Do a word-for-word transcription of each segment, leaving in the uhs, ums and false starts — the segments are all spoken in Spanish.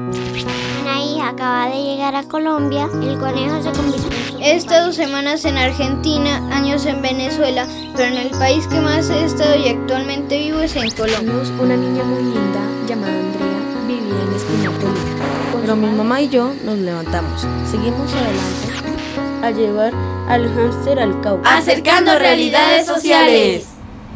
Anaís acaba de llegar a Colombia, el conejo se convirtió en su... He estado semanas en Argentina, años en Venezuela, pero en el país que más he estado y actualmente vivo es en Colombia. Una niña muy linda llamada Andrea vivía en Espinal, pero mi mamá y yo nos levantamos. Seguimos adelante a llevar al hámster al Cauca. Acercando realidades sociales.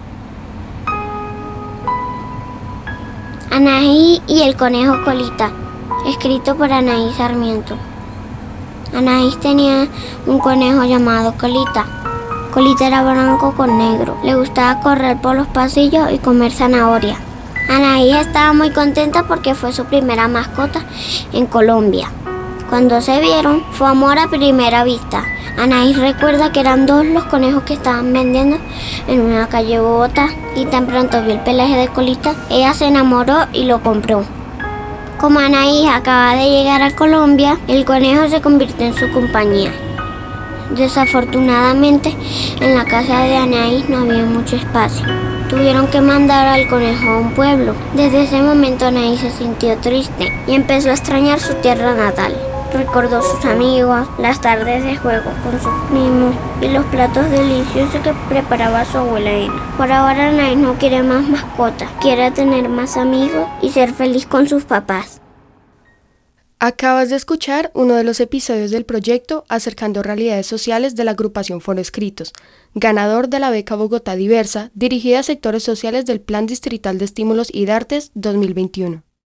Anaí y el conejo Colita, escrito por Anaí Sarmiento. Anaís tenía un conejo llamado Colita. Colita era blanco con negro. Le gustaba correr por los pasillos y comer zanahoria. Anaís estaba muy contenta porque fue su primera mascota en Colombia. Cuando se vieron, fue amor a primera vista. Anaís recuerda que eran dos los conejos que estaban vendiendo en una calle de Bogotá y tan pronto vio el pelaje de Colita, ella se enamoró y lo compró. Como Anaís acaba de llegar a Colombia, el conejo se convirtió en su compañía. Desafortunadamente, en la casa de Anaís no había mucho espacio. Tuvieron que mandar al conejo a un pueblo. Desde ese momento Anaís se sintió triste y empezó a extrañar su tierra natal. Recordó sus amigos, las tardes de juego con sus primos y los platos deliciosos que preparaba su abuela Ena. Por ahora Anaís no quiere más mascotas, quiere tener más amigos y ser feliz con sus papás. Acabas de escuchar uno de los episodios del proyecto Acercando Realidades Sociales de la agrupación Foro Escritos, ganador de la beca Bogotá Diversa, dirigida a sectores sociales del Plan Distrital de Estímulos y de Artes dos mil veintiuno.